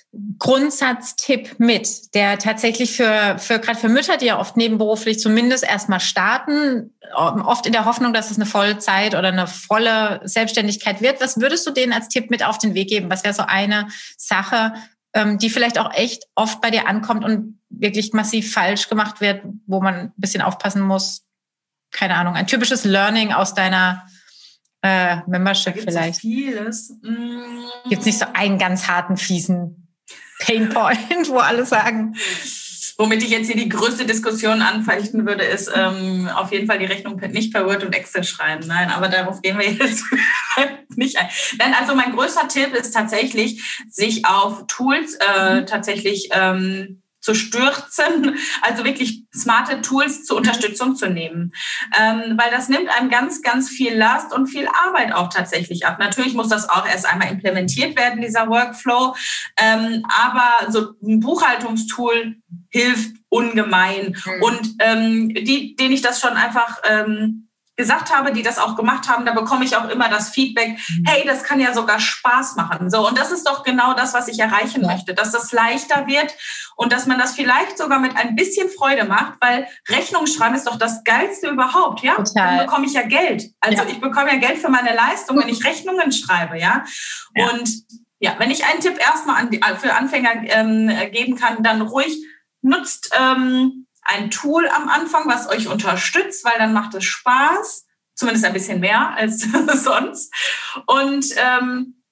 Grundsatztipp mit, der tatsächlich für, für gerade für Mütter, die ja oft nebenberuflich zumindest erstmal starten, oft in der Hoffnung, dass es eine Vollzeit oder eine volle Selbstständigkeit wird. Was würdest du denen als Tipp mit auf den Weg geben? Was wäre so eine Sache, die vielleicht auch echt oft bei dir ankommt und wirklich massiv falsch gemacht wird, wo man ein bisschen aufpassen muss? Keine Ahnung, ein typisches Learning aus deiner äh, Membership vielleicht. So vieles. Mm. Gibt es nicht so einen ganz harten, fiesen Painpoint, wo alle sagen. Womit ich jetzt hier die größte Diskussion anfechten würde, ist ähm, auf jeden Fall die Rechnung nicht per Word und Excel schreiben. Nein, aber darauf gehen wir jetzt nicht ein. Nein, also mein größter Tipp ist tatsächlich, sich auf Tools äh, mhm. tatsächlich ähm, zu stürzen, also wirklich smarte Tools zur Unterstützung zu nehmen. Ähm, weil das nimmt einem ganz, ganz viel Last und viel Arbeit auch tatsächlich ab. Natürlich muss das auch erst einmal implementiert werden, dieser Workflow. Ähm, aber so ein Buchhaltungstool hilft ungemein. Mhm. Und ähm, die, denen ich das schon einfach ähm, gesagt habe, die das auch gemacht haben, da bekomme ich auch immer das Feedback, hey, das kann ja sogar Spaß machen. So, und das ist doch genau das, was ich erreichen ja. möchte, dass das leichter wird und dass man das vielleicht sogar mit ein bisschen Freude macht, weil Rechnung schreiben ist doch das Geilste überhaupt, ja? Total. Dann bekomme ich ja Geld. Also ja. ich bekomme ja Geld für meine Leistung, wenn ich Rechnungen schreibe, ja? ja. Und ja, wenn ich einen Tipp erstmal an die, für Anfänger ähm, geben kann, dann ruhig nutzt ähm, ein Tool am Anfang, was euch unterstützt, weil dann macht es Spaß, zumindest ein bisschen mehr als sonst. Und ähm,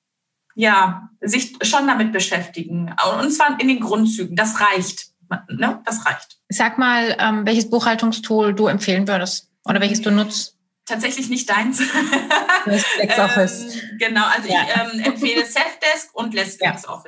ja, sich schon damit beschäftigen. Und zwar in den Grundzügen. Das reicht. Ne? Das reicht. Sag mal, ähm, welches Buchhaltungstool du empfehlen würdest oder welches du nutzt. Tatsächlich nicht deins. LexOffice. ähm, genau, also ja. ich ähm, empfehle Safdesk und LexOffice.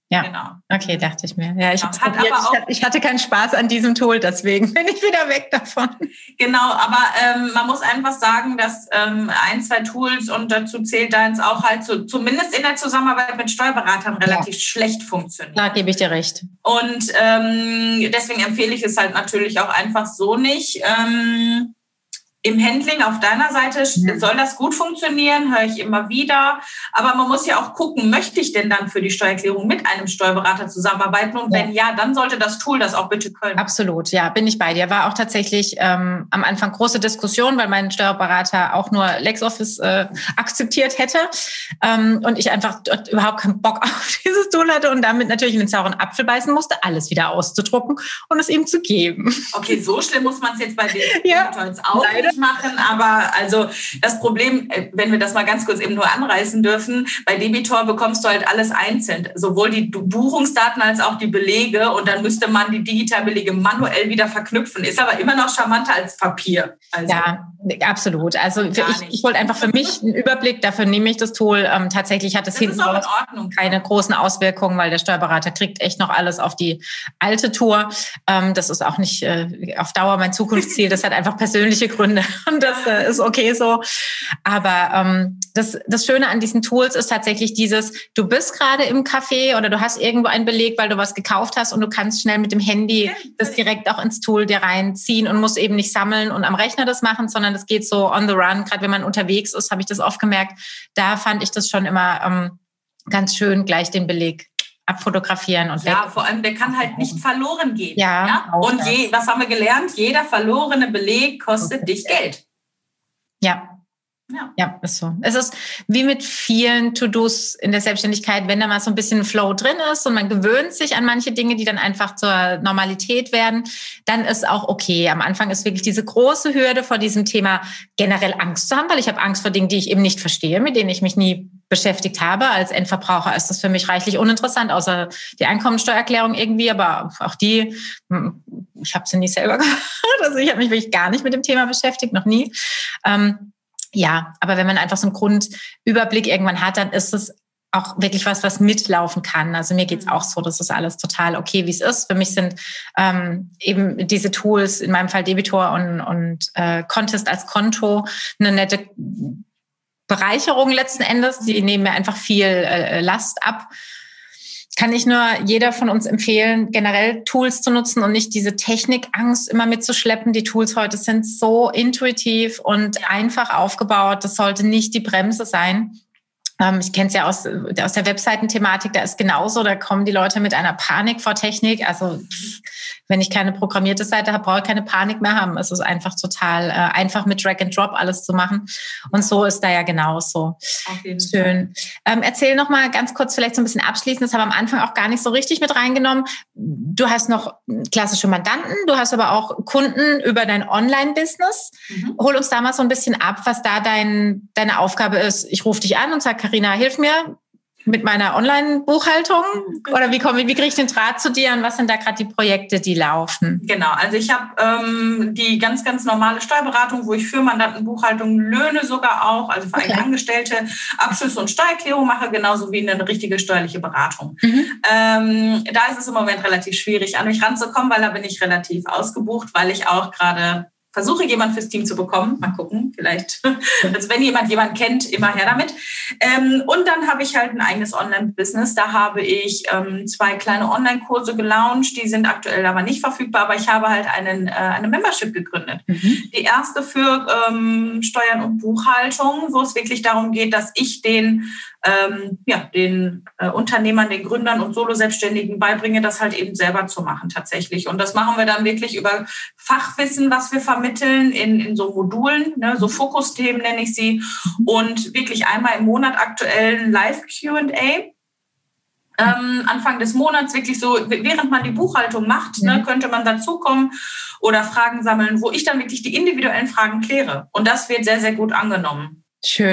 Ja, genau. Okay, dachte ich mir. Ja, ich, genau. Hat probiert. Aber auch, ich hatte keinen Spaß an diesem Tool, deswegen bin ich wieder weg davon. Genau, aber ähm, man muss einfach sagen, dass ähm, ein, zwei Tools, und dazu zählt deins auch halt so, zumindest in der Zusammenarbeit mit Steuerberatern relativ ja. schlecht funktionieren. Da gebe ich dir recht. Und ähm, deswegen empfehle ich es halt natürlich auch einfach so nicht. Ähm, Im Handling auf deiner Seite soll das gut funktionieren, höre ich immer wieder. Aber man muss ja auch gucken, möchte ich denn dann für die Steuererklärung mit einem Steuerberater zusammenarbeiten? Und wenn ja, ja dann sollte das Tool das auch bitte können. Absolut, ja, bin ich bei dir. War auch tatsächlich ähm, am Anfang große Diskussion, weil mein Steuerberater auch nur LexOffice äh, akzeptiert hätte. Ähm, und ich einfach dort überhaupt keinen Bock auf dieses Tool hatte und damit natürlich in den sauren Apfel beißen musste, alles wieder auszudrucken und es ihm zu geben. Okay, so schlimm muss man es jetzt bei den ja, jetzt auch leider. nicht machen, aber also das Problem, wenn wir das mal ganz kurz eben nur anreißen dürfen, bei Debitor bekommst du halt alles einzeln, sowohl die Buchungsdaten als auch die Belege, und dann müsste man die Digitalbelege manuell wieder verknüpfen, ist aber immer noch charmanter als Papier. Also, ja, absolut. Also ich, ich wollte einfach für mich einen Überblick, dafür nehme ich das Tool. Ähm, tatsächlich hat es hinten raus keine großen Auswirkungen, weil der Steuerberater kriegt echt noch alles auf die alte Tour. Ähm, das ist auch nicht äh, auf Dauer mein Zukunftsziel, das hat einfach persönliche Gründe. Und das äh, ist okay so. Aber ähm, das, das Schöne an diesen Tools ist tatsächlich dieses, du bist gerade im Café oder du hast irgendwo einen Beleg, weil du was gekauft hast, und du kannst schnell mit dem Handy das direkt auch ins Tool dir reinziehen und musst eben nicht sammeln und am Rechner das machen, sondern das geht so on the run. Gerade wenn man unterwegs ist, habe ich das oft gemerkt. Da fand ich das schon immer ähm, ganz schön, gleich den Beleg abfotografieren und ja, weg. Vor allem, der kann halt nicht verloren gehen. Ja. ja? Und je, was haben wir gelernt? Jeder verlorene Beleg kostet dich Geld. Ja. Ja. ja, ist so. Es ist wie mit vielen To-Dos in der Selbstständigkeit, wenn da mal so ein bisschen Flow drin ist und man gewöhnt sich an manche Dinge, die dann einfach zur Normalität werden, dann ist auch okay. Am Anfang ist wirklich diese große Hürde vor diesem Thema generell Angst zu haben, weil ich habe Angst vor Dingen, die ich eben nicht verstehe, mit denen ich mich nie beschäftigt habe. Als Endverbraucher ist das für mich reichlich uninteressant, außer die Einkommensteuererklärung irgendwie, aber auch die, ich habe sie nie selber gemacht, also ich habe mich wirklich gar nicht mit dem Thema beschäftigt, noch nie. Ähm, Ja, aber wenn man einfach so einen Grundüberblick irgendwann hat, dann ist es auch wirklich was, was mitlaufen kann. Also mir geht's auch so, das ist alles total okay, wie es ist. Für mich sind ähm, eben diese Tools, in meinem Fall Debitor und, und äh, Contest als Konto, eine nette Bereicherung letzten Endes. Die nehmen mir einfach viel äh, Last ab. Kann ich nur jeder von uns empfehlen, generell Tools zu nutzen und nicht diese Technikangst immer mitzuschleppen. Die Tools heute sind so intuitiv und einfach aufgebaut. Das sollte nicht die Bremse sein. Ich kenne es ja aus, aus der Webseitenthematik, da ist genauso, da kommen die Leute mit einer Panik vor Technik. Also wenn ich keine programmierte Seite habe, brauche ich keine Panik mehr haben. Es ist einfach total äh, einfach mit Drag and Drop alles zu machen. Und so ist da ja genauso. Schön. Ähm, erzähl noch mal ganz kurz vielleicht so ein bisschen abschließend, das haben wir am Anfang auch gar nicht so richtig mit reingenommen. Du hast noch klassische Mandanten, du hast aber auch Kunden über dein Online-Business. Mhm. Hol uns da mal so ein bisschen ab, was da dein, deine Aufgabe ist. Ich rufe dich an und sage, Carina, hilf mir mit meiner Online-Buchhaltung, oder wie komme ich, wie kriege ich den Draht zu dir und was sind da gerade die Projekte, die laufen? Genau, also ich habe ähm, die ganz, ganz normale Steuerberatung, wo ich für Mandantenbuchhaltung, Löhne sogar auch, also für okay. eigene Angestellte, Abschlüsse und Steuererklärung mache, genauso wie eine richtige steuerliche Beratung. Mhm. Ähm, da ist es im Moment relativ schwierig, an mich ranzukommen, weil da bin ich relativ ausgebucht, weil ich auch gerade versuche, jemand fürs Team zu bekommen. Mal gucken, vielleicht. Also wenn jemand jemand kennt, immer her damit. Ähm, und dann habe ich halt ein eigenes Online-Business. Da habe ich ähm, zwei kleine Online-Kurse gelauncht. Die sind aktuell aber nicht verfügbar, aber ich habe halt einen, äh, eine Membership gegründet. Mhm. Die erste für ähm, Steuern und Buchhaltung, wo es wirklich darum geht, dass ich den Ähm, ja, den äh, Unternehmern, den Gründern und Solo-Selbstständigen beibringe, das halt eben selber zu machen tatsächlich. Und das machen wir dann wirklich über Fachwissen, was wir vermitteln in, in so Modulen, ne, so Fokusthemen nenne ich sie. Und wirklich einmal im Monat aktuell ein Live-Q and A. Ähm, Anfang des Monats wirklich so, während man die Buchhaltung macht, ne, könnte man dazukommen oder Fragen sammeln, wo ich dann wirklich die individuellen Fragen kläre. Und das wird sehr, sehr gut angenommen. Schön.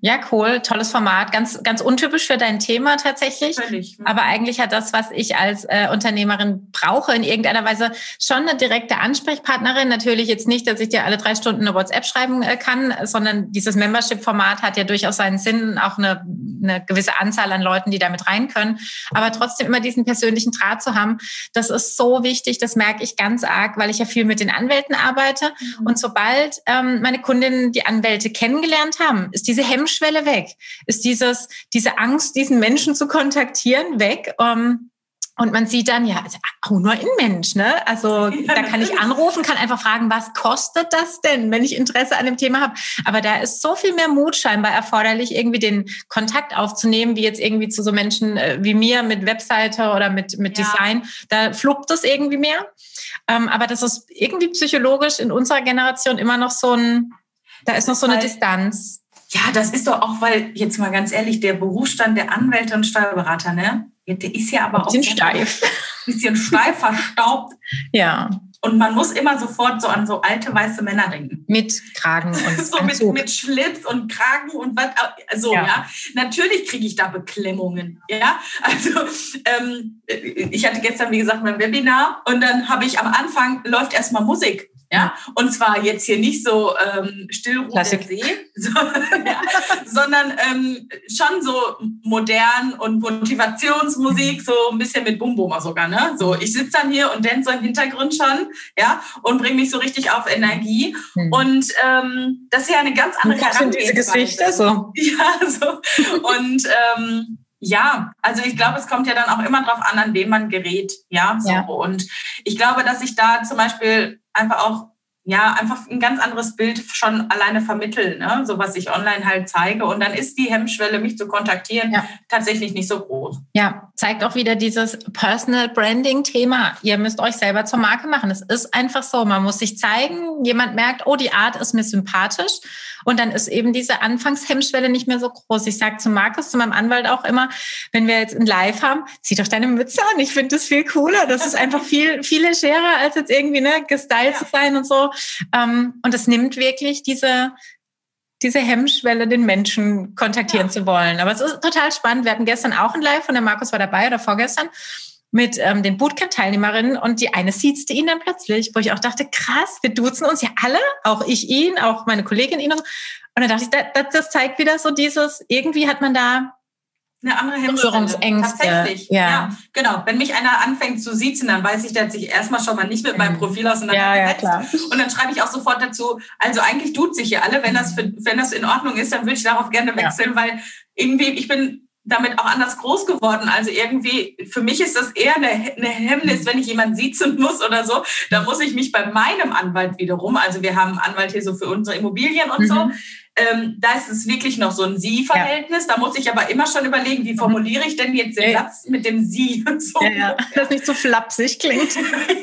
Ja, cool. Tolles Format. Ganz, ganz untypisch für dein Thema tatsächlich. Völlig. Aber eigentlich hat das, was ich als äh, Unternehmerin brauche, in irgendeiner Weise schon eine direkte Ansprechpartnerin. Natürlich jetzt nicht, dass ich dir alle drei Stunden eine WhatsApp schreiben äh, kann, sondern dieses Membership-Format hat ja durchaus seinen Sinn, auch eine, eine gewisse Anzahl an Leuten, die da mit rein können. Aber trotzdem immer diesen persönlichen Draht zu haben, das ist so wichtig. Das merke ich ganz arg, weil ich ja viel mit den Anwälten arbeite. Mhm. Und sobald ähm, meine Kundinnen die Anwälte kennengelernt haben, ist diese Hemmschwelle Schwelle weg, ist dieses, diese Angst, diesen Menschen zu kontaktieren, weg. Um, und man sieht dann, ja, auch nur ein Mensch, ne? Also ja, da kann ich anrufen, kann einfach fragen, was kostet das denn, wenn ich Interesse an dem Thema habe? Aber da ist so viel mehr Mut scheinbar erforderlich, irgendwie den Kontakt aufzunehmen, wie jetzt irgendwie zu so Menschen wie mir mit Webseite oder mit, mit ja. Design. Da fluppt es irgendwie mehr. Um, aber das ist irgendwie psychologisch in unserer Generation immer noch so ein, da ist noch so eine Distanz. Ja, das ist doch auch, weil, jetzt mal ganz ehrlich, der Berufsstand der Anwälte und Steuerberater, ne? Der ist ja aber auch... Bisschen steif. Bisschen steif, verstaubt. Ja. Und man muss immer sofort so an so alte, weiße Männer denken. Mit Kragen und so mit, mit Schlips und Kragen und was, so, ja. ja. Natürlich kriege ich da Beklemmungen, ja. Also, ähm, ich hatte gestern, wie gesagt, mein Webinar und dann habe ich am Anfang, läuft erstmal Musik. Ja, und zwar jetzt hier nicht so ähm, Stillruhe der See, so, ja, sondern ähm, schon so modern und Motivationsmusik, so ein bisschen mit Bum-Bum sogar, ne? So, ich sitze dann hier und dance so im Hintergrund schon, ja, und bringe mich so richtig auf Energie. Mhm. Und ähm, das ist ja eine ganz andere Herangehensweise. Diese Gesichter so. Ja, so. Und ähm, ja, also ich glaube, es kommt ja dann auch immer drauf an, an wen man gerät, ja, so. Ja. Und ich glaube, dass ich da zum Beispiel einfach auch, ja, einfach ein ganz anderes Bild schon alleine vermitteln, ne? So was ich online halt zeige. Und dann ist die Hemmschwelle, mich zu kontaktieren, ja. tatsächlich nicht so groß. Ja, zeigt auch wieder dieses Personal Branding Thema. Ihr müsst euch selber zur Marke machen. Es ist einfach so. Man muss sich zeigen. Jemand merkt, oh, die Art ist mir sympathisch. Und dann ist eben diese Anfangshemmschwelle nicht mehr so groß. Ich sage zu Markus, zu meinem Anwalt auch immer, wenn wir jetzt ein Live haben, zieh doch deine Mütze an. Ich finde das viel cooler. Das ist einfach viel, viel legerer, als jetzt irgendwie ne, gestylt ja. zu sein und so. Und es nimmt wirklich diese, diese Hemmschwelle, den Menschen kontaktieren ja. zu wollen. Aber es ist total spannend. Wir hatten gestern auch ein Live und der Markus war dabei oder vorgestern mit ähm, den Bootcamp-Teilnehmerinnen und die eine siezte ihn dann plötzlich, wo ich auch dachte, krass, wir duzen uns ja alle, auch ich ihn, auch meine Kollegin ihn und so. Und dann dachte ich, das, das zeigt wieder so dieses, irgendwie hat man da eine andere Hemmschwelle. Tatsächlich, ja. ja. Genau. Wenn mich einer anfängt zu siezen, dann weiß ich, dass ich erstmal schon mal nicht mit meinem Profil auseinandergesetzt. Ja, ja, und dann schreibe ich auch sofort dazu, also eigentlich tut sich hier alle, wenn das, für, wenn das in Ordnung ist, dann würde ich darauf gerne wechseln, ja. weil irgendwie, ich bin damit auch anders groß geworden. Also irgendwie, für mich ist das eher eine, eine Hemmnis, wenn ich jemanden siezen muss oder so. Da muss ich mich bei meinem Anwalt wiederum, also wir haben einen Anwalt hier so für unsere Immobilien und mhm. so, ähm, da ist es wirklich noch so ein Sie-Verhältnis. Ja. Da muss ich aber immer schon überlegen, wie formuliere ich denn jetzt den ja. Satz mit dem Sie? So. Ja, ja. Das nicht so flapsig klingt.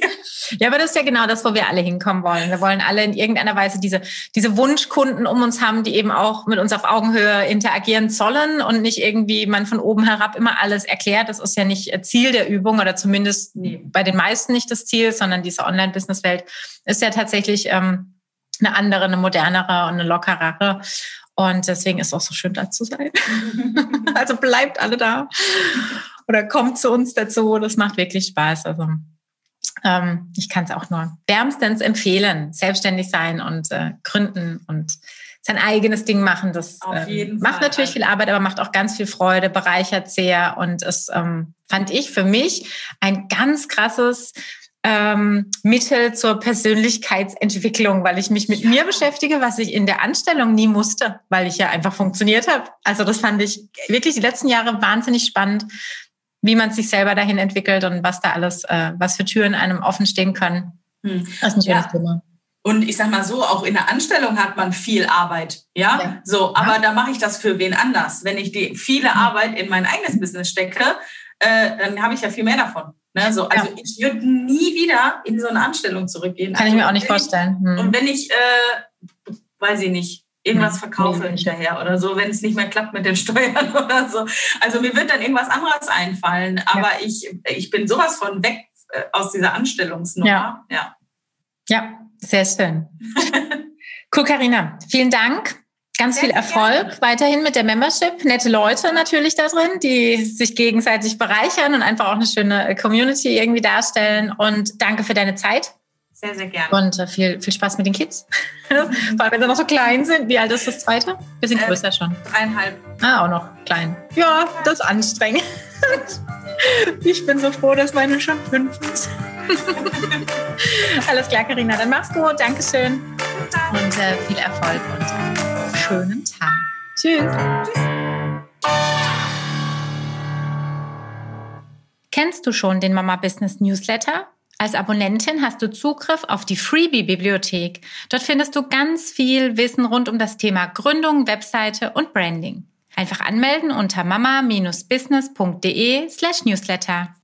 Ja, aber das ist ja genau das, wo wir alle hinkommen wollen. Wir wollen alle in irgendeiner Weise diese, diese Wunschkunden um uns haben, die eben auch mit uns auf Augenhöhe interagieren sollen und nicht irgendwie man von oben herab immer alles erklärt. Das ist ja nicht Ziel der Übung oder zumindest bei den meisten nicht das Ziel, sondern diese Online-Business-Welt ist ja tatsächlich ähm, eine andere, eine modernere und eine lockerere. Und deswegen ist es auch so schön, da zu sein. Also bleibt alle da oder kommt zu uns dazu. Das macht wirklich Spaß. Also ähm, ich kann es auch nur wärmstens empfehlen. Selbstständig sein und äh, gründen und sein eigenes Ding machen. Das äh, macht natürlich viel Arbeit, aber macht auch ganz viel Freude, bereichert sehr. Und es ähm, fand ich für mich ein ganz krasses Ähm, Mittel zur Persönlichkeitsentwicklung, weil ich mich mit ja. mir beschäftige, was ich in der Anstellung nie musste, weil ich ja einfach funktioniert habe. Also das fand ich wirklich die letzten Jahre wahnsinnig spannend, wie man sich selber dahin entwickelt und was da alles, äh, was für Türen einem offen stehen können. Hm. Das ist ein schönes ja. Thema. Und ich sag mal so, auch in der Anstellung hat man viel Arbeit, ja, ja. so, aber ja. da mache ich das für wen anders. Wenn ich die viele Arbeit in mein eigenes Business stecke, äh, dann habe ich ja viel mehr davon. Ne, so, also ja. ich würde nie wieder in so eine Anstellung zurückgehen. Kann also, ich mir auch nicht vorstellen. Hm. Und wenn ich, äh, weiß ich nicht, irgendwas hm. verkaufe nee, hinterher oder so, wenn es nicht mehr klappt mit den Steuern oder so. Also mir wird dann irgendwas anderes einfallen. Aber ja. ich, ich bin sowas von weg äh, aus dieser Anstellungsnummer. Ja, ja. ja sehr schön. Cool, Carina. Vielen Dank. Ganz sehr, viel Erfolg gerne. Weiterhin mit der Membership. Nette Leute natürlich da drin, die sich gegenseitig bereichern und einfach auch eine schöne Community irgendwie darstellen. Und danke für deine Zeit. Sehr, sehr gerne. Und äh, viel, viel Spaß mit den Kids. Vor allem, wenn sie noch so klein sind. Wie alt ist das zweite? Bisschen äh, größer schon. Dreieinhalb. Ah, auch noch klein. Ja, das ist anstrengend. Ich bin so froh, dass meine schon fünf ist. Alles klar, Carina. Dann mach's gut. Dankeschön. Und äh, viel Erfolg und einen schönen Tag. Tschüss. Tschüss. Kennst du schon den Mama Business Newsletter? Als Abonnentin hast du Zugriff auf die Freebie-Bibliothek. Dort findest du ganz viel Wissen rund um das Thema Gründung, Webseite und Branding. Einfach anmelden unter mama-business.de slash newsletter.